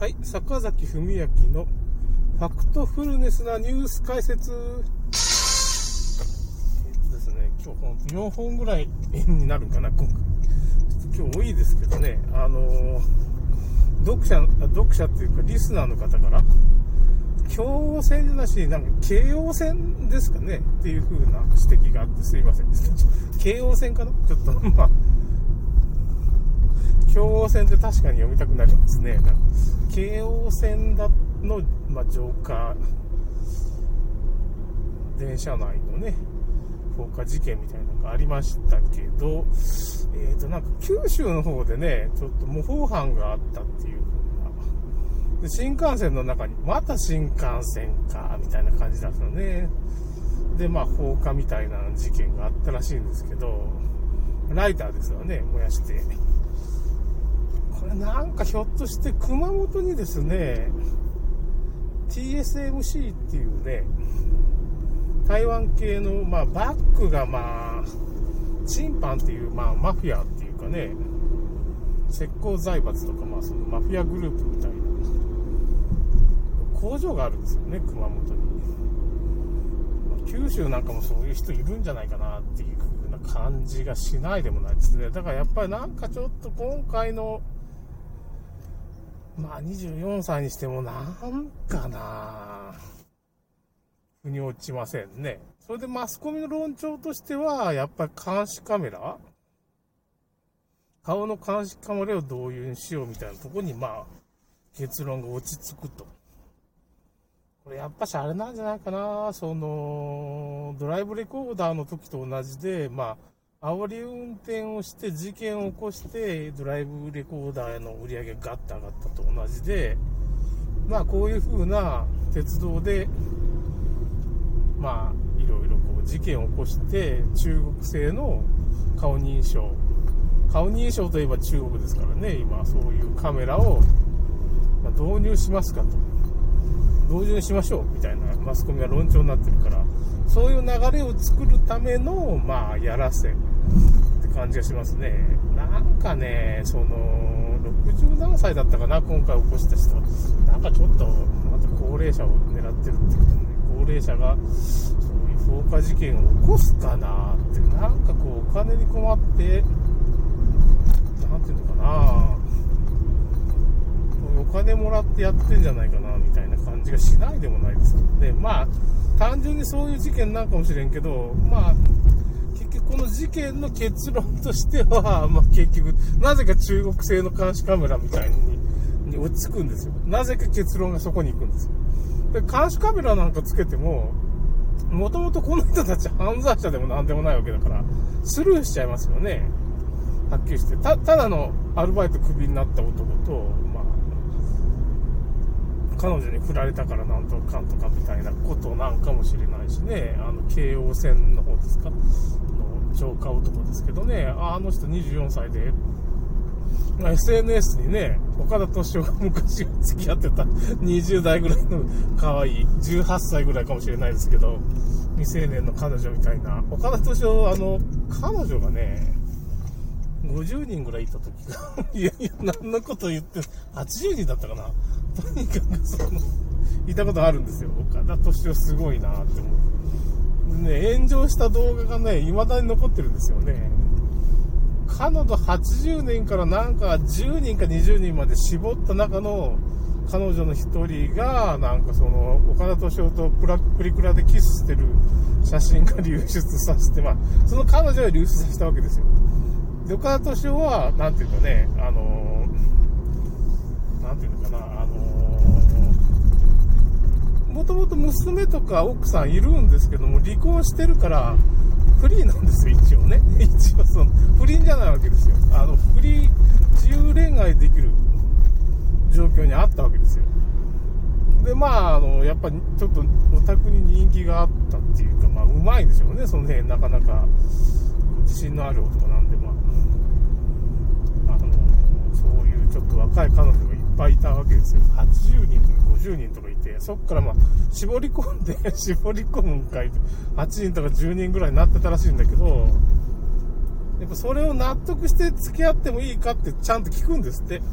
はい、坂崎文明のファクトフルネスなニュース解説。ですね、今日ほんと4本ぐらいになるかな、今回。今日多いですけどね、読者っていうかリスナーの方から、京王線じゃなしになんか京王線ですかねっていう風な指摘があってすいません。京王線かなちょっと京王線って確かに読みたくなりますね。なんか京王線の、浄化電車内のね放火事件みたいなのがありましたけど、なんか九州の方でねちょっと模倣犯があったっていうで、新幹線の中にまた新幹線かみたいな感じだったのね。で放火みたいな事件があったらしいんですけど、ライターですよね、燃やして。これなんかひょっとして熊本にですね TSMC っていうね台湾系のバックがチンパンっていうマフィアっていうかね、石膏財閥とかそのマフィアグループみたいな工場があるんですよね、熊本に。九州なんかもそういう人いるんじゃないかなっていう風な感じがしないでもないですね。だからやっぱりなんかちょっと今回の24歳にしてもなんかな腑に落ちませんね。それでマスコミの論調としてはやっぱり監視カメラ、顔の監視カメラを導入しようみたいなところに結論が落ち着くと。これやっぱしあれなんじゃないかな、そのドライブレコーダーの時と同じで煽り運転をして事件を起こしてドライブレコーダーの売り上げがガッと上がったと同じで、こういう風な鉄道でいろいろ事件を起こして中国製の顔認証といえば中国ですからね、今そういうカメラを導入しますかと、導入しましょうみたいなマスコミは論調になってるから、そういう流れを作るためのやらせって感じがしますね。なんかね、その60何歳だったかな、今回起こした人、なんかちょっとまた高齢者を狙ってるっていうかね、高齢者がそういう放火事件を起こすかなって、なんかお金に困ってなんていうのかな、お金もらってやってんじゃないかなみたいな感じがしないでもないですけどね。単純にそういう事件なんかもしれんけど、結局この事件の結論としては、結局なぜか中国製の監視カメラみたいに落ち着くんですよ。なぜか結論がそこに行くんですよ。で、監視カメラなんかつけても、もともとこの人たち犯罪者でもなんでもないわけだからスルーしちゃいますよね、はっきりして。ただのアルバイトクビになった男と、彼女に振られたからなんとかんとかみたいなことなんかもしれないしね。京王線の方ですかの浄化男ですけどね、あの人24歳で、SNS にね、岡田斗司夫が昔付き合ってた20代ぐらいの可愛い18歳ぐらいかもしれないですけど、未成年の彼女みたいな岡田斗司夫、彼女がね50人ぐらいいた時がいや何のこと言って80人だったかな、とにかくいたことあるんですよ。岡田斗司夫すごいなって思うね。炎上した動画がね未だに残ってるんですよね。彼女80年からなんか10人か20人まで絞った中の彼女の一人がなんかその岡田斗司夫とプリクラでキスしてる写真が流出させて、その彼女は流出させたわけですよ。で、岡田斗司夫はなんていうかね、なんていうのかな、もともと娘とか奥さんいるんですけども、離婚してるからフリーなんですよ、一応ね。一応その不倫じゃないわけですよ。自由恋愛できる状況にあったわけですよ。でやっぱちょっとオタクに人気があったっていうか、うまいんでしょうね、その辺。なかなか自信のある男なんで、そういうちょっと若い彼女がいっぱいいたわけですよ。80人とか50人とかいて、そっから絞り込むんかいて8人とか10人ぐらいになってたらしいんだけど、やっぱそれを納得して付き合ってもいいかってちゃんと聞くんですって。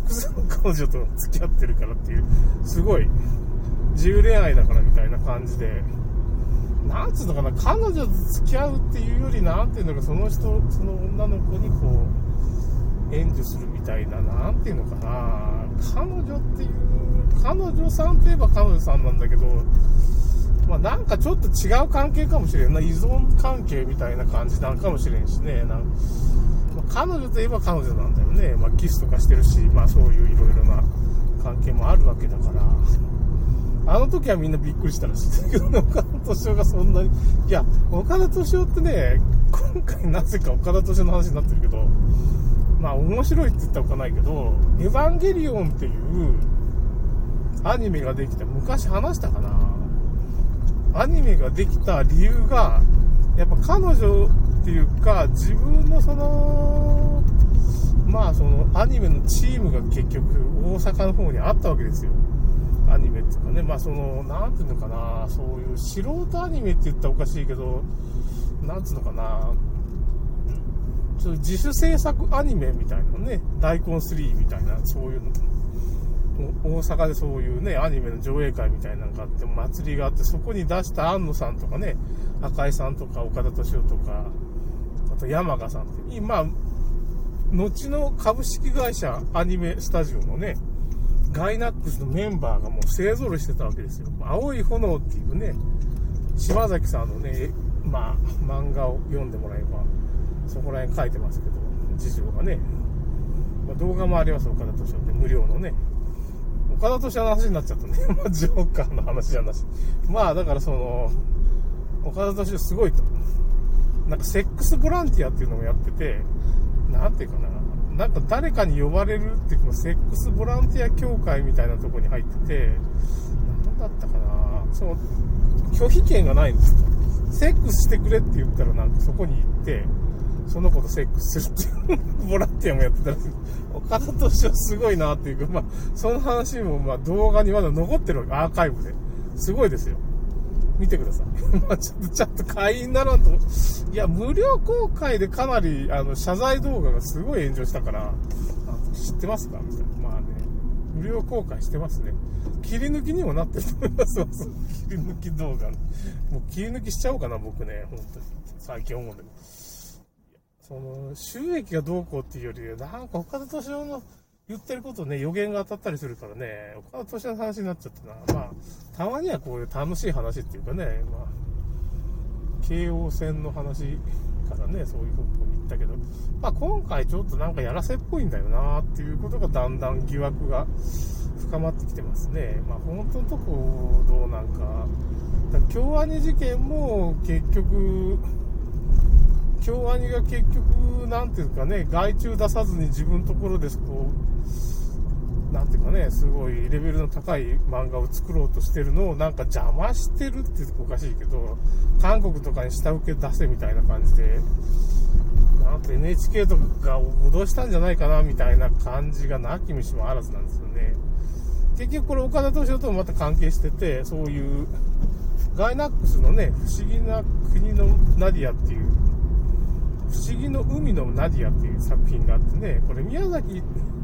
複数の彼女と付き合ってるからっていう、すごい自由恋愛だからみたいな感じで、なんつうのかな、彼女と付き合うっていうより、なんていうのか、その女の子にこう援助するみたいな、なんていうのかな、彼女さんといえば彼女さんなんだけど、まあなんかちょっと違う関係かもしれんな、依存関係みたいな感じなんかもしれんしね、まあ、彼女といえば彼女なんだよね。まあキスとかしてるし、まあそういういろいろな関係もあるわけだから、あの時はみんなびっくりしたらしいんだけどね、岡田斗司夫がそんなに、いや、岡田斗司夫ってね、今回なぜか岡田斗司夫の話になってるけど、まあ面白いって言ったらおかないけど、エヴァンゲリオンっていうアニメができた、昔話したかな、アニメができた理由が、やっぱ彼女っていうか、自分のまあアニメのチームが結局大阪の方にあったわけですよ。アニメっていうかね、まあなんていうのかな、そういう素人アニメって言ったらおかしいけど、なんていうのかな、そういう自主制作アニメみたいなね、大根3みたいな、そういうの。大阪でそういうね、アニメの上映会みたいなのがあって、祭りがあって、そこに出した安野さんとかね、赤井さんとか岡田斗司夫とか、あと山賀さんって、今、後の株式会社アニメスタジオのね、ガイナックスのメンバーがもう勢ぞろいしてたわけですよ。青い炎っていうね、島崎さんのね、まあ、漫画を読んでもらえば、そこら辺書いてますけど、事情がね、まあ、動画もあります、岡田斗司夫で、無料のね。岡田斗司夫の話になっちゃったね。まあ、ジョーカーの話じゃなし。まあ、だから岡田斗司夫すごいと。なんか、セックスボランティアっていうのをやってて、なんていうかな。なんか誰かに呼ばれるっていうか、セックスボランティア協会みたいなところに入ってて、何だったかな。拒否権がないんですよ。セックスしてくれって言ったら、なんかそこに行って、その子とセックスするっていうボランティアもやってたらしい。岡田斗司夫すごいなっていうか、まあ、その話もまあ動画にまだ残ってるわけ、アーカイブで。すごいですよ。見てください。まあちょっと会員にならんと。いや、無料公開でかなり、謝罪動画がすごい炎上したから、知ってますかみたいな。まあね、無料公開してますね。切り抜きにもなってると思います。切り抜き動画。もう切り抜きしちゃおうかな、僕ね。本当に。最近思うんだけど。収益がどうこうっていうより、なんか岡田斗司夫の言ってることね、予言が当たったりするからね、岡田斗司夫の話になっちゃったな。まあ、たまにはこういう楽しい話っていうかね、まあ、京王線の話からね、そういう方向に行ったけど、まあ今回ちょっとなんかやらせっぽいんだよなっていうことがだんだん疑惑が深まってきてますね。まあ本当のとこどうなんか、京アニ事件も結局、京アニが結局、なんていうかね、外注出さずに自分のところでなんていうかね、すごいレベルの高い漫画を作ろうとしてるのをなんか邪魔してるっておかしいけど、韓国とかに下請け出せみたいな感じで、なんて NHK とかを脅したんじゃないかなみたいな感じがなきにしもあらずなんですよね。結局これ岡田斗司夫ともまた関係してて、そういうガイナックスのね、不思議な国のナディアっていう、不思議の海のナディアっていう作品があってね、これ宮崎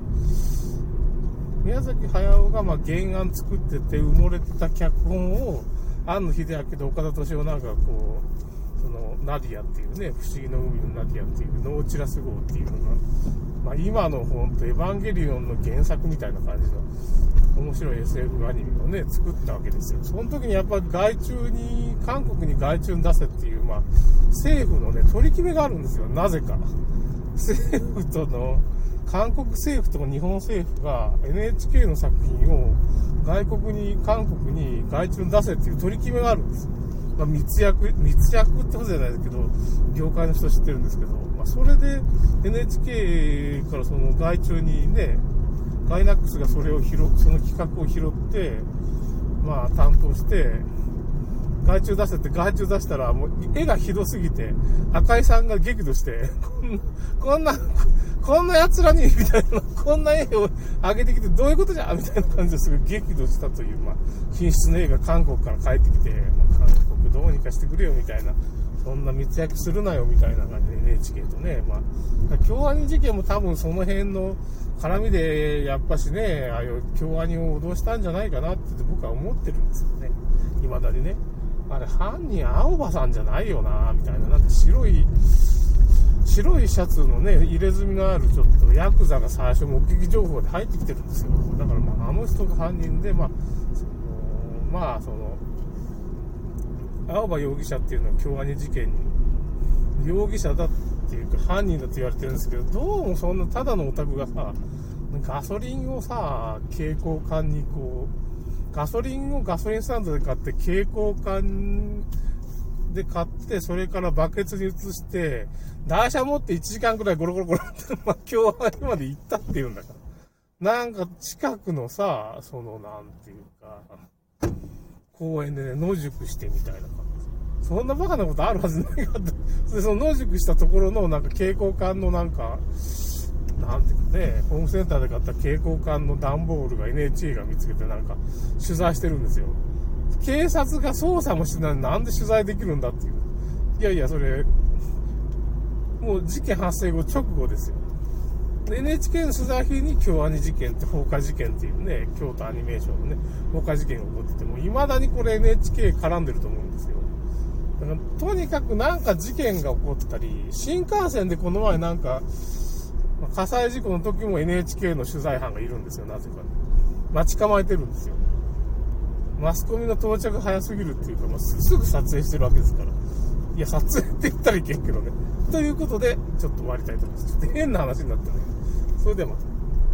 駿がまあ原案作ってて埋もれてた脚本を庵野秀明と岡田斗司夫なんかこうナディアっていうね、不思議の海のナディアっていうノーチラス号っていうのが、まあ、今の本当エヴァンゲリオンの原作みたいな感じの面白い SF アニメをね作ったわけですよ。その時にやっぱり韓国に外注に出せっていう、まあ政府のね取り決めがあるんですよ。なぜか政府との韓国政府と日本政府が NHK の作品を韓国に外注に出せっていう取り決めがあるんです。まあ、密約ってことじゃないですけど、業界の人知ってるんですけど、まあ、それで NHK からその外注にね、ガイナックスがその企画を拾って、まあ担当して、外注出したら、もう絵がひどすぎて、赤井さんが激怒して、こんな奴らに、みたいな、こんな絵を上げてきてどういうことじゃみたいな感じですごい激怒したという、まあ、品質の絵が韓国から帰ってきて、韓国どうにかしてくれよみたいな、 そんな密約するなよみたいな感じで NHK とね、まあ、京アニ事件も多分その辺の絡みで、やっぱしね、ああいう京アニを脅したんじゃないかなって僕は思ってるんですよね。未だにね。あれ、犯人青葉さんじゃないよな、みたいな。なんか白いシャツのね、入れ墨のあるちょっとヤクザが最初目撃情報で入ってきてるんですよ。だからまあ、あの人が犯人で、青葉容疑者っていうのは京アニ事件に容疑者だっていうか犯人だって言われてるんですけど、どうもそんなただのオタクがさ、ガソリンをさ、携行缶にこう、ガソリンをガソリンスタンドで買って携行缶で買って、それからバケツに移して、台車持って1時間くらいゴロゴロゴロって、京アニまで行ったっていうんだから。なんか近くのさ、そのなんていうか、公園でね、野宿してみたいな感じ。そんなバカなことあるはずないかって。で、その野宿したところのなんか蛍光管のなんか、なんていうかね、ホームセンターで買った蛍光管の段ボールが NHK が見つけてなんか取材してるんですよ。警察が捜査もしてないのになんで取材できるんだっていう。いやいや、それ、もう事件発生後直後ですよ。NHK の取材日に京アニ事件って放火事件っていうね、京都アニメーションのね、放火事件が起こってても、未だにこれ NHK 絡んでると思うんですよ。だからとにかくなんか事件が起こったり、新幹線でこの前なんか、火災事故の時も NHK の取材班がいるんですよ、なぜか。待ち構えてるんですよ。マスコミの到着が早すぎるっていうか、すぐ撮影してるわけですから。いや、撮影って言ったらいけんけどね。ということで、ちょっと終わりたいと思います。ちょっと変な話になったね。それではまた。